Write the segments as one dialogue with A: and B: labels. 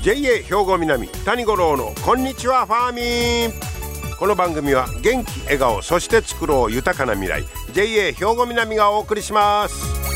A: JA 兵庫南谷五郎のこんにちはファーミン。この番組は元気笑顔そして作ろう豊かな未来 JA 兵庫南がお送りします。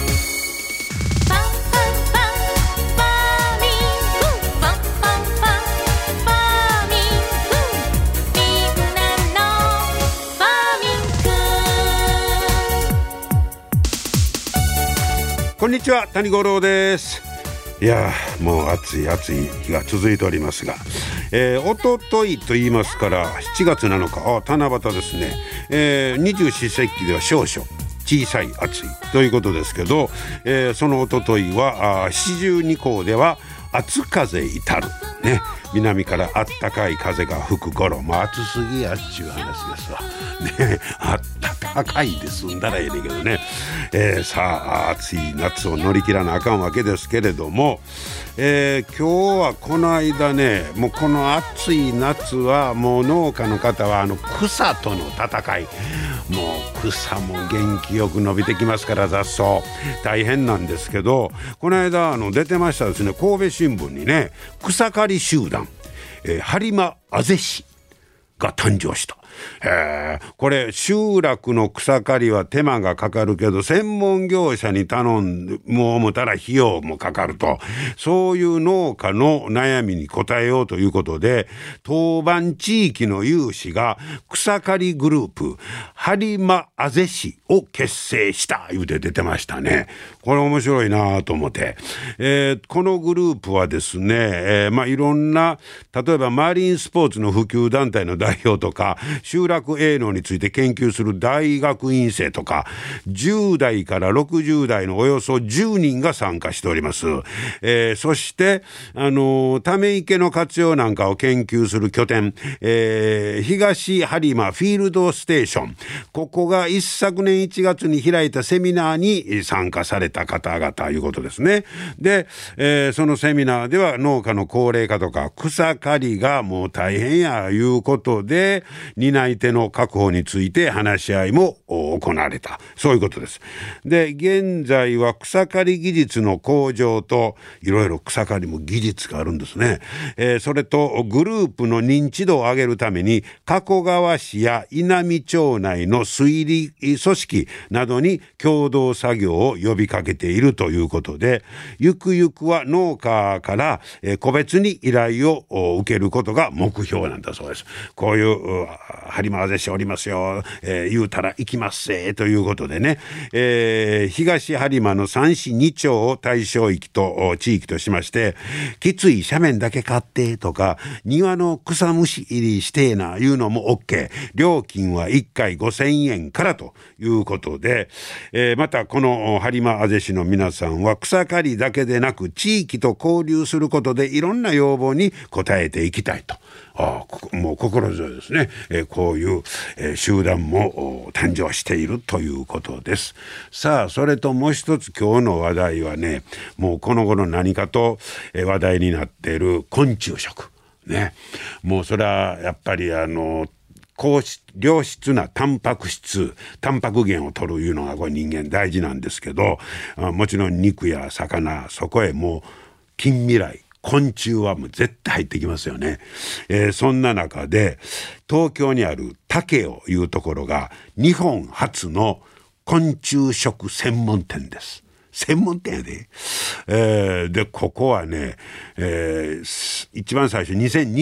A: こんにちは谷五郎です。いやもう暑い日が続いておりますが、おとといと言いますから7月7日七夕ですね、二十四節気では少々小さい暑いということですけど、そのおとといは七十二候では暑風至るね、南からあったかい風が吹く頃、暑すぎやっちゅう話ですわね。あったかいで済んだらええねんけどね、さあ暑い夏を乗り切らなあかんわけですけれども、今日はこの間ね、もうこの暑い夏はもう農家の方は草との戦い、もう草も元気よく伸びてきますから雑草大変なんですけど、この間出てましたですね、神戸新聞にね、草刈り集団、播磨あぜ市が誕生した。これ集落の草刈りは手間がかかるけど専門業者に頼んでもう思ったら費用もかかると、そういう農家の悩みに応えようということで、当番地域の有志が草刈りグループ播磨あぜ市を結成した言うて出てましたね。これ面白いなと思って、このグループはですね、いろんな例えばマリンスポーツの普及団体の代表とか集落営農について研究する大学院生とか10代から60代のおよそ10人が参加しております。そしてため池の活用なんかを研究する拠点、東播磨フィールドステーション、ここが一昨年1月に開いたセミナーに参加された方々ということですね。で、そのセミナーでは農家の高齢化とか草刈りがもう大変やいうことで担い手の確保について話し合いも行われた、そういうことです。で、現在は草刈り技術の向上と、いろいろ草刈りも技術があるんですね。それとグループの認知度を上げるために加古川市や稲美町内の推理組織などに共同作業を呼びかけているということで、ゆくゆくは農家から個別に依頼を受けることが目標なんだそうです。こういう播磨あぜ市おりますよ、言うたら行きますせということでね、東播磨の3市2町を対象域と地域としまして、きつい斜面だけ買ってとか庭の草むしりしてえないうのも OK、 料金は1回5000円からということで、またこの播磨あぜ市の皆さんは草刈りだけでなく地域と交流することでいろんな要望に応えていきたいと。もう心強いですね。こういう、集団も誕生しているということです。さあ、それともう一つ今日の話題はね、もうこの頃何かと話題になっている昆虫食ね。もうそれはやっぱり良質なタンパク源を取るいうのがこれ人間大事なんですけど、もちろん肉や魚、そこへもう近未来昆虫はもう絶対入ってきますよね。そんな中で東京にある竹をいうところが日本初の昆虫食専門店です。専門店やで。でここはね、一番最初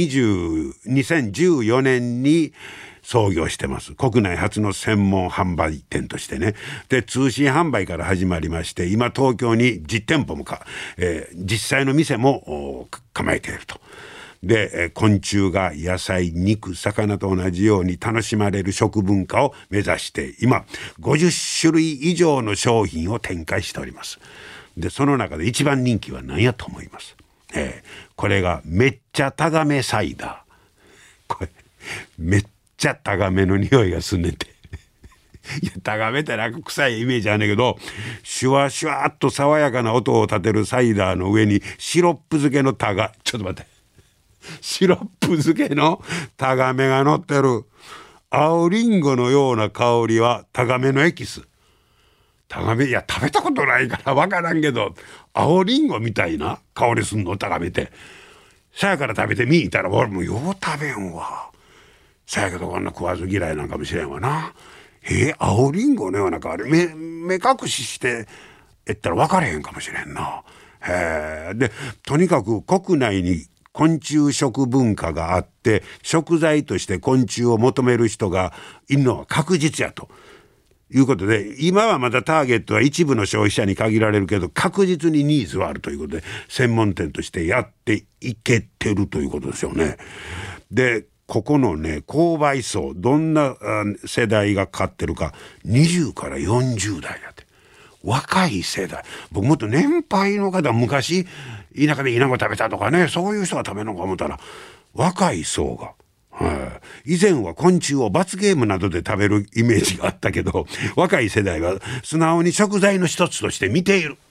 A: 2014年に創業してます。国内初の専門販売店としてね。で通信販売から始まりまして、今東京に実店舗も実際の店も構えていると。で昆虫が野菜、肉、魚と同じように楽しまれる食文化を目指して今50種類以上の商品を展開しております。でその中で一番人気は何やと思います？これがめっちゃタガメサイダー。これめっちゃタガメの匂いがすんねんて。いやタガメってなんか臭いイメージあんねんけど、シュワシュワっと爽やかな音を立てるサイダーの上にシロップ漬けのちょっと待って、シロップ漬けのタガメが乗ってる。青リンゴのような香りはタガメのエキス。タガメ、いや食べたことないから分からんけど、青リンゴみたいな香りすんのタガメって。 さやから食べてみいたら俺もうよう食べんわ。さやけどこんな食わず嫌いなんかもしれんわな。青りんごのような香り、目隠ししてやったら分かれへんかもしれんな。でとにかく国内に昆虫食文化があって食材として昆虫を求める人がいるのは確実やということで、今はまだターゲットは一部の消費者に限られるけど確実にニーズはあるということで専門店としてやっていけてるということですよね。でここのね購買層どんな世代が買ってるか、20から40代だって。若い世代、僕もっと年配の方、昔田舎で稲子食べたとかね、そういう人が食べるのか思ったら若い層が、以前は昆虫を罰ゲームなどで食べるイメージがあったけど若い世代は素直に食材の一つとして見ている。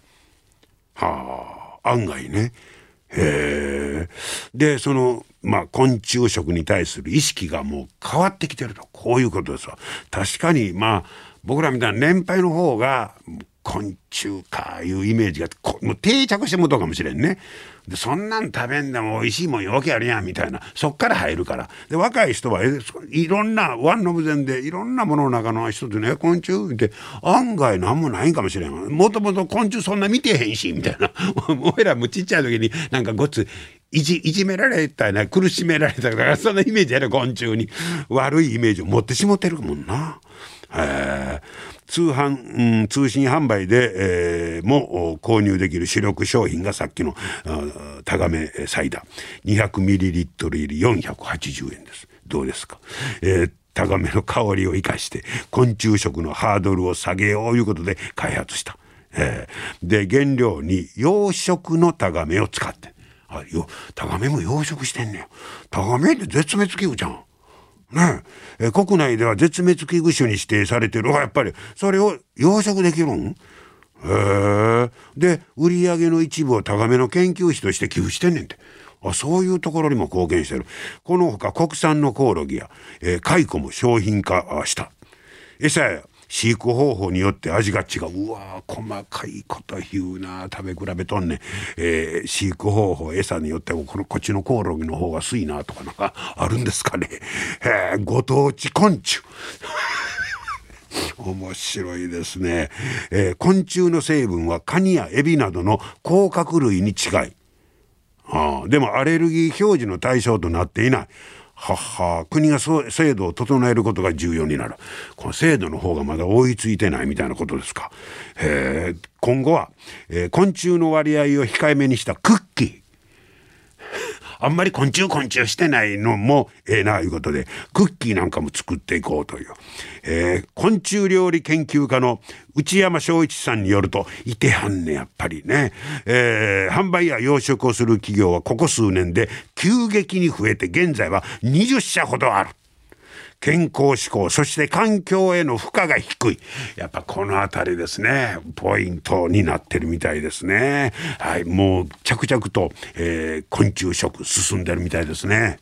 A: 案外ね。でその昆虫食に対する意識がもう変わってきてると、こういうことですわ。確かに僕らみたいな年配の方が昆虫かいうイメージがもう定着してもとうかもしれんね。でそんなん食べんでも美味しいもんよけあるやんみたいな、そっから入るから。で若い人はいろんなワンの無前でいろんなものの中の一つね、昆虫って案外なんもないんかもしれん。もともと昆虫そんな見てへんしみたいな俺らもちっちゃい時になんかごついじめられたな、苦しめられたから、そんなイメージやる。昆虫に悪いイメージを持ってしもてるもんな。通信販売で、も購入できる主力商品がさっきのタガメサイダー 200ml 入り480円です。どうですか。タガメの香りを生かして昆虫食のハードルを下げようということで開発した。で原料に養殖のタガメを使って、タガメも養殖してんねん。タガメって絶滅危惧じゃんね。国内では絶滅危惧種に指定されてる。やっぱりそれを養殖できるん。で売り上げの一部をタガメの研究費として寄付してんねんて。そういうところにも貢献してる。このほか国産のコオロギや、蚕も商品化した。餌や飼育方法によって味が違う。うわー細かいこと言うな。食べ比べとんねん。飼育方法餌によってこっちのコオロギの方が薄いなとかなんかあるんですかね。ご当地昆虫面白いですね。昆虫の成分はカニやエビなどの甲殻類に違い、でもアレルギー表示の対象となっていない。国が制度を整えることが重要になる。この制度の方がまだ追いついてないみたいなことですか。今後は、昆虫の割合を控えめにしたクッキーあんまり昆虫してないのもないうことでクッキーなんかも作っていこうという、昆虫料理研究家の内山昭一さんによるといてはんねやっぱりね、販売や養殖をする企業はここ数年で急激に増えて現在は20社ほどある。健康志向そして環境への負荷が低い。やっぱこのあたりですねポイントになってるみたいですね。もう着々と、昆虫食進んでるみたいですね。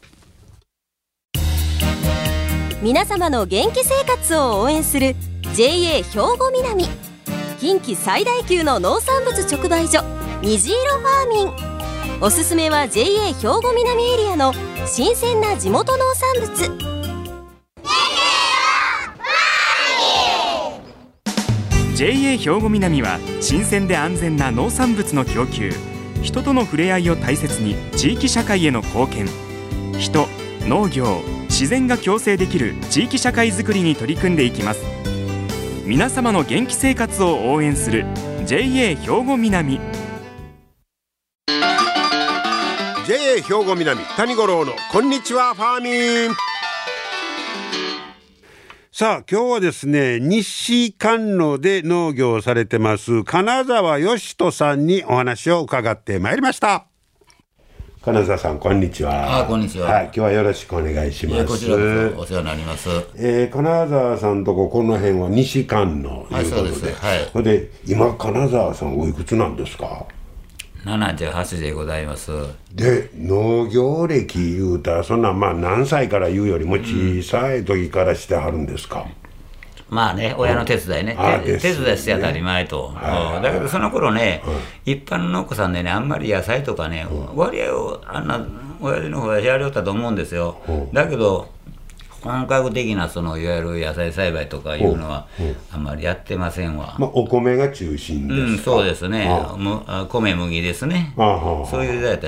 B: 皆様の元気生活を応援する JA 兵庫南近畿最大級の農産物直売所虹色ファーミン。おすすめは JA 兵庫南エリアの新鮮な地元農産物。
C: JA 兵庫南は新鮮で安全な農産物の供給、人との触れ合いを大切に地域社会への貢献、人、農業、自然が共生できる地域社会づくりに取り組んでいきます。皆様の元気生活を応援する JA 兵庫南。
A: JA 兵庫南谷五郎のこんにちはファーミン。さあ今日はですね西菅野で農業をされてます金沢義人さんにお話を伺ってまいりました。金沢さんこんにちは。
D: こんにちは。
A: 今日はよろしくお願いします。
D: こちらこそお世話になります。
A: 金沢さんとこの辺は西菅野ということで、
D: そうです。
A: それで今金沢さんおいくつなんですか
D: 78でございます。
A: で農業歴言うたらそんな何歳から言うよりも小さい時からしてはるんですか。
D: まあね、親の手伝いね、手伝いして当たり前と、だけどその頃ね、一般の農家さんでね、あんまり野菜とかね、割合を親父の方がやりよったと思うんですよ。だけど本格的なそのいわゆる野菜栽培とかいうのはあんまりやってませんわ。
A: お米が中心ですか。
D: そうですね。米麦ですね。そういう時代だった。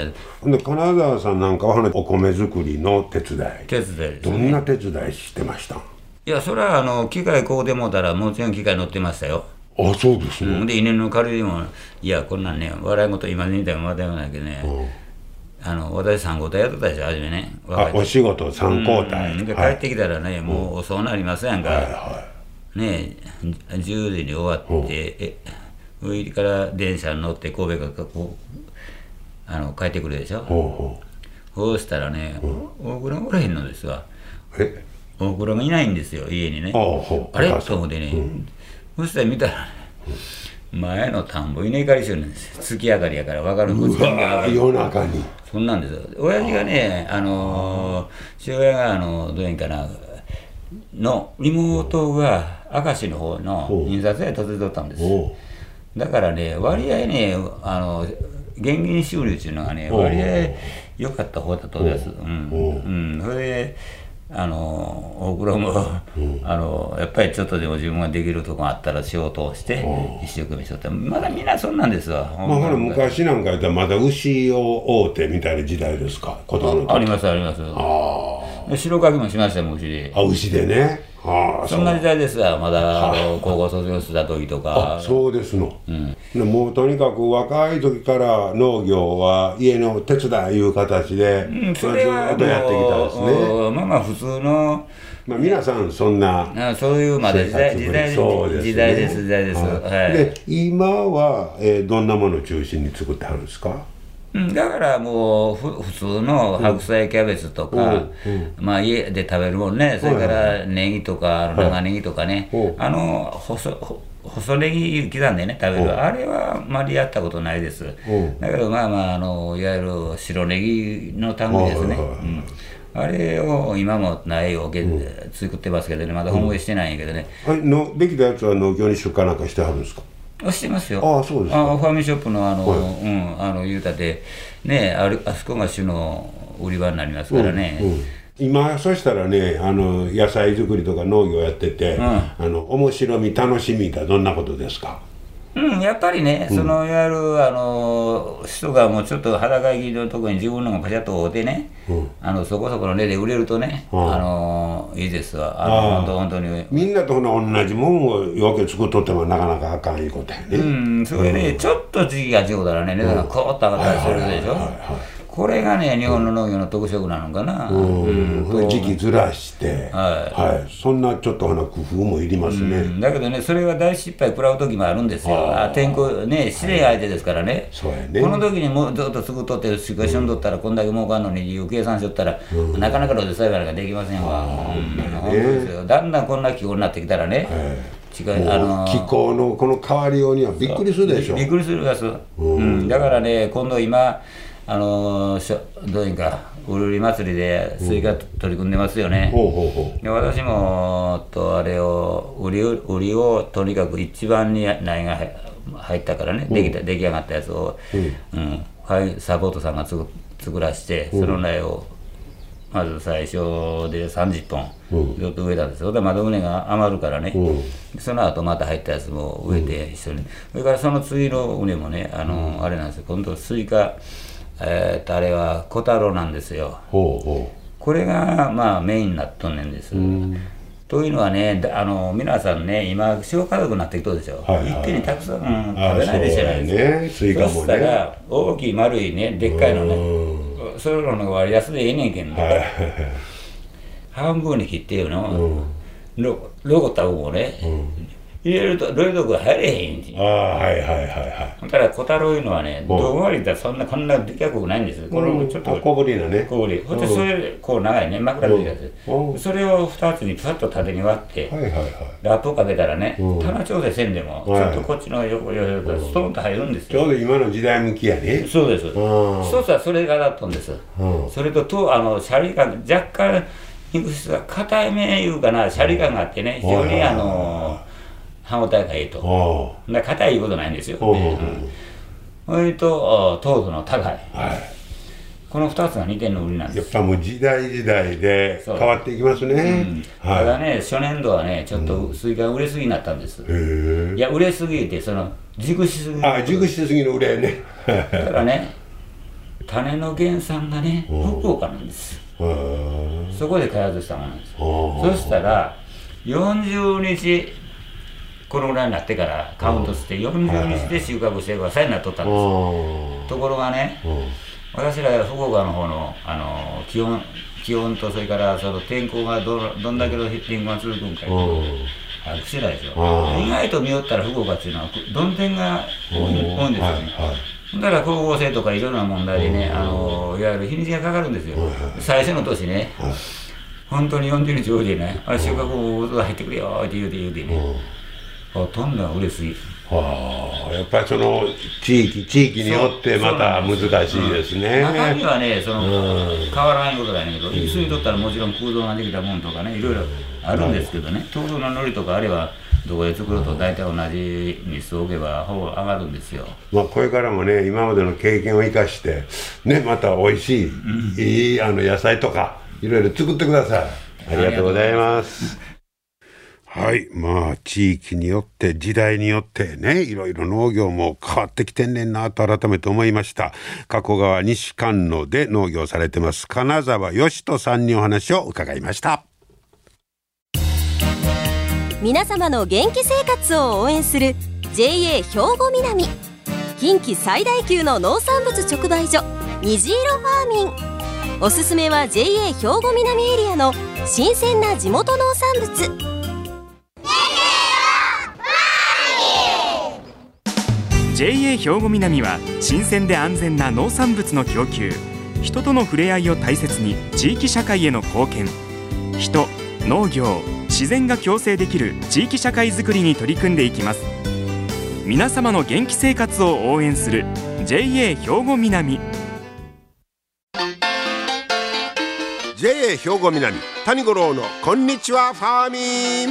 A: で金沢さんなんかはお米作りの手伝い
D: ですね。
A: どんな手伝いしてました？
D: いや、それは機械こうでもたらもちろん機械乗ってましたよ。
A: あ、そうですね。
D: で稲の刈りでも、いやこんなんね、笑い事今みたいな話題もないけどね、私3交代やってたでしょ、初めね。
A: お仕事3交代
D: で帰ってきたらね、もう遅うなりませんが、ね、10時に終わって上入りから電車に乗って神戸から帰ってくるでしょ。そうしたらね、大倉がおらへんのですわ。大倉がいないんですよ、家にね。あれと思ってね、そしたら見たらね、前の田んぼ稲刈りしてるんですよ。月明かりやから分かる。
A: 夜中に
D: そんなんですよ。親父がね、父親がどういうんかなの妹が明石の方の印刷屋に嫁いとったんです。だからね、割合ね、現金収入っていうのがね、割合良かった方だと思います。それで大倉もやっぱりちょっとでも自分ができるとこがあったら仕事をして一生懸命しとった。まだみんなそんなんですわ。
A: 昔なんかやったらまだ牛を追うてみたいな時代ですか？子供の時。
D: ありますあります。白かきもしましたもん、牛で。
A: 牛でね。
D: そんな時代ですわ。まだ高校卒業した時とか。
A: そうですの。もうとにかく若い時から農業は家の手伝いいう形でずっとやってきたんですね。
D: まあ普通の
A: 皆さんそんな
D: そういうまで時代です。
A: で今はどんなものを中心に作ってはるんですか？
D: だからもう普通の白菜キャベツとか、まあ家で食べるもんね、それからネギとか長ネギとかね、細ネギ刻んでね食べる、あれはあんまりやったことないです。だけどまあいわゆる白ネギの単語ですね。あれを今も苗を作ってますけどね、まだ本植えしてないんやけどね。
A: できたやつは農協に出荷なんかしてはるんですか？
D: してますよ。
A: そうですか。
D: ファミショップの言うたってね、あそこが主の売り場になりますからね。
A: 今そしたらね、野菜作りとか農業やってて、面白み楽しみってどんなことですか？
D: やっぱりね、いわゆる人がもうちょっと裸着のところに自分のがパチャッと追ってね、そこそこの値で売れるとね、いいですわ。本当に
A: みんなと同じもんをよけ作っとってもなかなかあかんいうことやね。
D: それね、ちょっと時期が違うたらね、値段がコーッと上がったりするでしょ。これがね、日本の農業の特色なのかな。
A: 時期ずらして、そんなちょっと工夫もいりますね。
D: だけどね、それは大失敗食らう時もあるんですよ。天候ね、試練相手ですからね。この時にもうずっと作っとってしかしんどったらこんだけ儲かんのに計算しとったらなかなかロデ栽培なんかできませんわ。本当ですよ。だんだんこんな気候になってきたらね、
A: 気候のこの変わりようにはびっくりするでしょ。
D: びっくりするやつ。だからね、今度今どういうかうるり祭りでスイカ取り組んでますよね。私もあれを売りをとにかく一番に苗が入ったからね、出来上がったやつを、サポートさんが作らして、その苗をまず最初で30本ずっと植えたんですよ。で窓畝が余るからね、その後また入ったやつも植えて一緒に、それからその次の畝もね、あれなんですよ、今度スイカあれは小太郎なんですよ。これがまあメインになっとんねんです。というのはね、皆さんね、今小家族になってきとるでしょ。一気にたくさん食べないでしょないですか。そしたら大きい丸いね、でっかいのね、それの割安でええねんけんね、半分に切っていうのロゴタブもね、入れると冷蔵庫が入れへんし。だから小太郎いうのはね、どんわりだそんなこんなでかくないんですよ。これもちょっと
A: 小ぶりなね。
D: 小ぶり。そしてそれこう長いね、枕でやつ。それを2つにパッと縦に割ってラップをかけたらね、棚調整せんでもちょっとこっちの横ストンと入るんですよ。
A: ちょうど今の時代向きやね。
D: そうです。一つはそれがだったんです。それとシャリが若干肉質は硬いめいうかな、シャリ感があってね、非常に歯応えがいいと。だから硬いいうことないんですよ。それと糖度の高い、この2つが2点の売りなんです。
A: やっぱもう時代時代で変わっていきますね。
D: ただね、初年度はね、ちょっとスイカが売れすぎになったんです。いや、売れすぎて、熟しすぎ。
A: 熟しすぎの売れね。
D: だからね、種の原産がね、福岡なんです。そこで開発したものなんです。そしたら、40日、このぐらいになってからカウントして40日で収穫してくださいになっとったんです。ところがね、私ら福岡の方の、気温とそれからその天候がどんだけの天候が続くんか把握してないでしょ。意外と見よったら福岡っていうのは曇天が多いんですよね。だから光合成とかいろんな問題でね、いわゆる日にちがかかるんですよ。最初の年ね、本当に40日多いでね、収穫も入ってくれよって言うてね、ほとんどが売れすぎる。
A: やっぱりその地域によってまた難しいですね。
D: 中身はね、変わらないことないけど、椅子にとったらもちろん空洞ができたものとかね、いろいろあるんですけどね、豆腐の海苔とかあれば、どこで作ると大体同じにしておけばほぼ上がるんですよ。
A: これからもね、今までの経験を生かしてね、また美味しい、いい野菜とかいろいろ作ってください。ありがとうございます。はい、地域によって時代によってね、いろいろ農業も変わってきてんねんなと改めて思いました。加古川西菅野で農業されてます金沢義人さんにお話を伺いました。
B: 皆様の元気生活を応援する JA 兵庫南、近畿最大級の農産物直売所虹色ファーミン。おすすめは JA 兵庫南エリアの新鮮な地元農産物。
C: JA 兵庫南は新鮮で安全な農産物の供給、人との触れ合いを大切に地域社会への貢献、人、農業、自然が共生できる地域社会づくりに取り組んでいきます。皆様の元気生活を応援する JA 兵庫南。
A: JA 兵庫南谷五郎のこんにちはファーミン。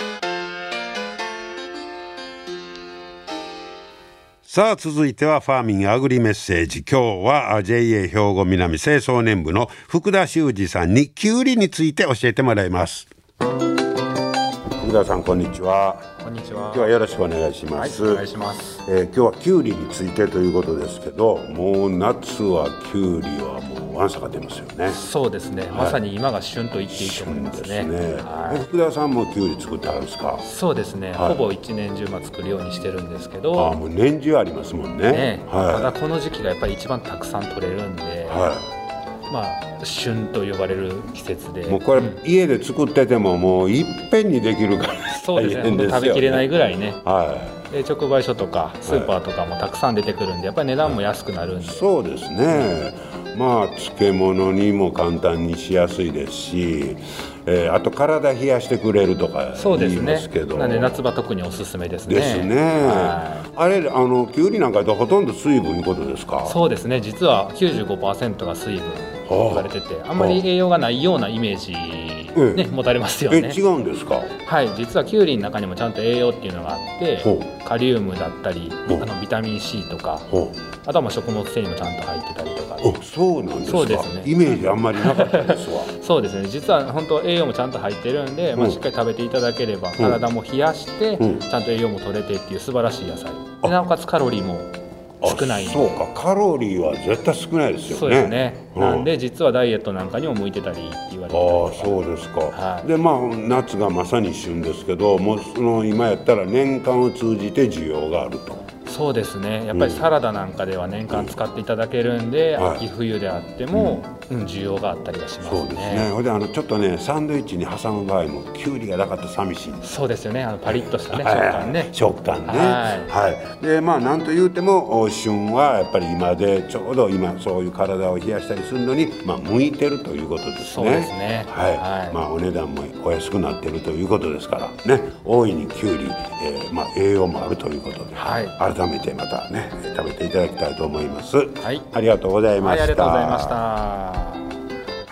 A: さあ続いてはファーミンアグリメッセージ。今日は JA 兵庫南清掃年部の福田修二さんにキュウリについて教えてもらいます。福田さん、こんにちは。
E: こんにちは。
A: 今日はよろしくお願いします。
E: はい、お願いします。
A: 今日はキュウリについてということですけど、もう夏はキュウリはもうわんさか出ますよね。
E: そうですね、まさに今が旬と言っていいと思いますね。
A: 福田さんもキュウリ作ってあるんですか？
E: そうですね、ほぼ一年中作るようにしてるんですけど。
A: もう年中ありますもんね。
E: ただこの時期がやっぱり一番たくさん取れるんで、旬と呼ばれる季節で、
A: もうこれ、家で作っててももういっぺんにできるから
E: そうですね、食べきれないぐらいね。で直売所とかスーパーとかもたくさん出てくるんで、やっぱり値段も安くなるんで。
A: そうですね、漬物にも簡単にしやすいですし、あと体冷やしてくれるとか言いますけど、
E: なんで夏場特におすすめですね。
A: ですね。あれ、キュウリなんかでほとんど水分いうことですか？
E: そうですね、実は 95% が水分と言われてて、あんまり栄養がないようなイメージ持たれますよね。
A: 違うんですか？
E: はい、実はキュウリの中にもちゃんと栄養っていうのがあって、カリウムだったりビタミン C とか、あとは食物繊維もちゃんと入ってたりとか。
A: そうなんですか？
E: そうですね、
A: イメージあんまりなかったですわ。
E: そうですね、実は本当栄養もちゃんと入ってるんで、しっかり食べていただければ体も冷やして、ちゃんと栄養も取れてっていう素晴らしい野菜で、なおかつカロリーも少ないんで。
A: そうか、カロリーは絶対少ないですよね。
E: そうですね、なんで実はダイエットなんかにも向いてたりって言われてたりとか。
A: そうですか。で夏がまさに旬ですけど、もう今やったら年間を通じて需要があると。
E: そうですね、やっぱりサラダなんかでは年間使っていただけるんで、秋冬であっても、需要があったりはしますね。
A: そうですね。ほんでちょっとね、サンドイッチに挟む場合もキュウリがなかったら寂しいんです。
E: そうですよね、パリッとしたね、食感ね。
A: 食感ね。でなんと言うても旬はやっぱり今でちょうど今そういう体を冷やしたりするのに向いてるということですね。
E: そうですね。
A: お値段もお安くなってるということですからね、大いにキュウリ、栄養もあるということで、改めてまたね食べていただきたいと思います。ありがとうございました。
E: ありがとうございました。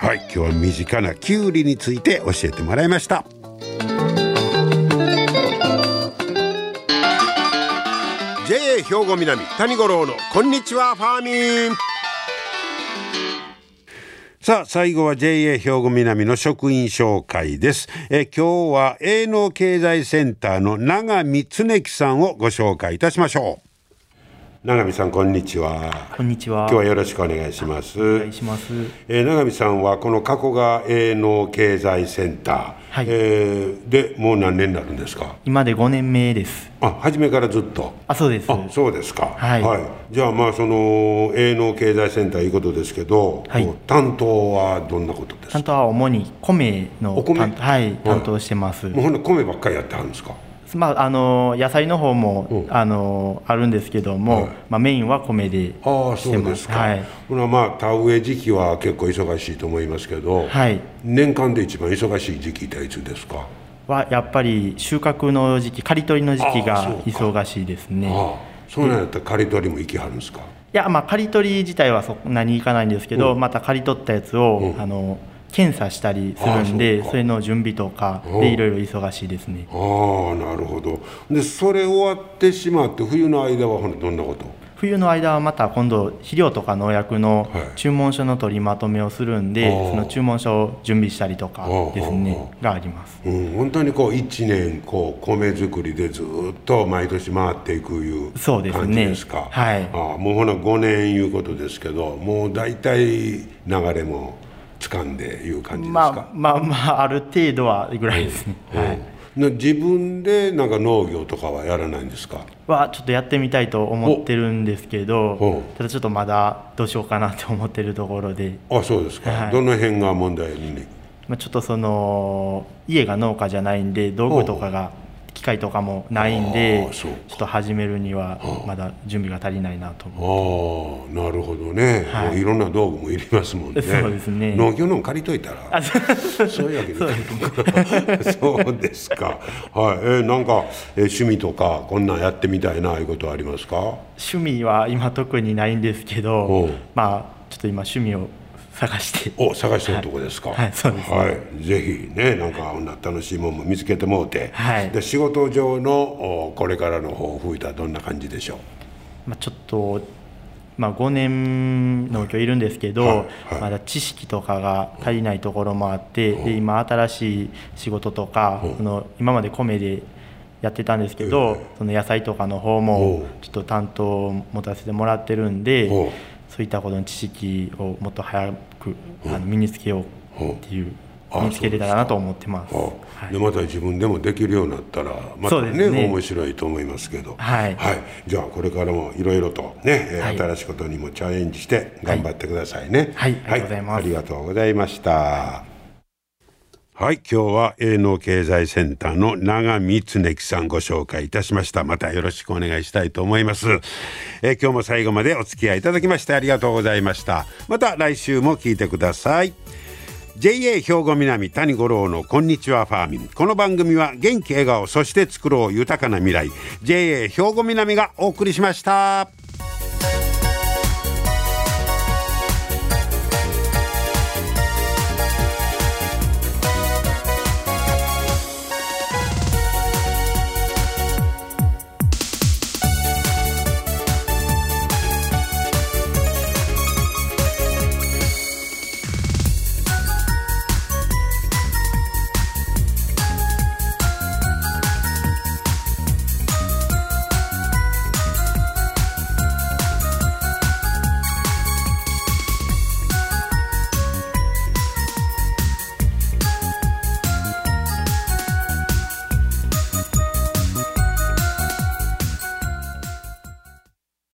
A: はい、今日は身近なキュウリについて教えてもらいました。JA 兵庫南谷五郎のこんにちはファーミン。さあ最後は JA 兵庫南の職員紹介です。今日は営農経済センターの永見恒樹さんをご紹介いたしましょう。永見さんこんにちは。
F: こんにちは。
A: 今日はよろしくお願いします。
F: お願いします。
A: 永見さんはこの加古川営農経済センター、はい、でもう何年になるんですか？
F: 今で5年目です。
A: 初めからずっと。
F: そうです。
A: そうですか。
F: はい。
A: はい、じゃあその営農経済センターいうことですけど、はい、担当はどんなことですか？
F: 担当は主に米の担当してます。
A: もうほんと米ばっかりやってはるんですか？
F: 野菜の方も、あるんですけども、メインは米でしてます。
A: そうですか。はい、田植え時期は結構忙しいと思いますけど、はい、年間で一番忙しい時期っていつですか？
F: やっぱり収穫の時期、刈り取りの時期が忙しいですね。
A: そうなんやったら刈り取りも行きはるんですか？
F: いや、刈り取り自体はそんなに行かないんですけど、また刈り取ったやつを、検査したりするんで、それの準備とかでいろいろ忙しいですね。
A: なるほど。でそれ終わってしまって冬の間はどんなこと？
F: 冬の間はまた今度肥料とか農薬の注文書の取りまとめをするんで、その注文書を準備したりとかですねがあります。
A: 本当に1年米作りでずっと毎年回っていくいう感じですか？はい。もう5年いうことですけど、もう大体流れも掴んでいう感じですか？
F: ある程度はぐらいですね。はい。
A: 自分で農業とかはやらないんですか？
F: ちょっとやってみたいと思ってるんですけど、ただちょっとまだどうしようかなって思ってるところで。
A: そうですか。はい、どの辺が問題にね？
F: ちょっと家が農家じゃないんで、道具とかが機械とかもないんで、ちょっと始めるにはまだ準備が足りないなと思って。
A: なるほどね。はい、いろんな道具もいりますもんね。
F: そうですね。
A: 農業の借りといたら。そういうわけで。そうですか。はい。趣味とかこんなんやってみたいないうことはありますか？
F: 趣味は今特にないんですけど、ちょっと今趣味を探して
A: るとこですか？はい、そうですね。はい、ぜひね、楽しいもんも見つけてもうて、はい、で仕事上のこれからの抱負いたらどんな感じでしょう？
F: ちょっと5年農協いるんですけど、まだ知識とかが足りないところもあって、で今新しい仕事とか、今まで米でやってたんですけど、その野菜とかの方もちょっと担当を持たせてもらってるんで、そういったことの知識をもっと早く身につけようっていう、身につけれたらなと思ってます。
A: でまた自分でもできるようになったらまたね、面白いと思いますけど、はい、じゃあこれからもいろいろとね、新しいことにもチャレンジして頑張ってくださいね。
F: はい、ありがとうございます。
A: ありがとうございました。はい、今日は営農経済センターの永見恒樹さんご紹介いたしました。またよろしくお願いしたいと思います。今日も最後までお付き合いいただきましてありがとうございました。また来週も聞いてください。JA 兵庫南谷五郎のこんにちはファーミン。この番組は元気笑顔そして作ろう豊かな未来 JA 兵庫南がお送りしました。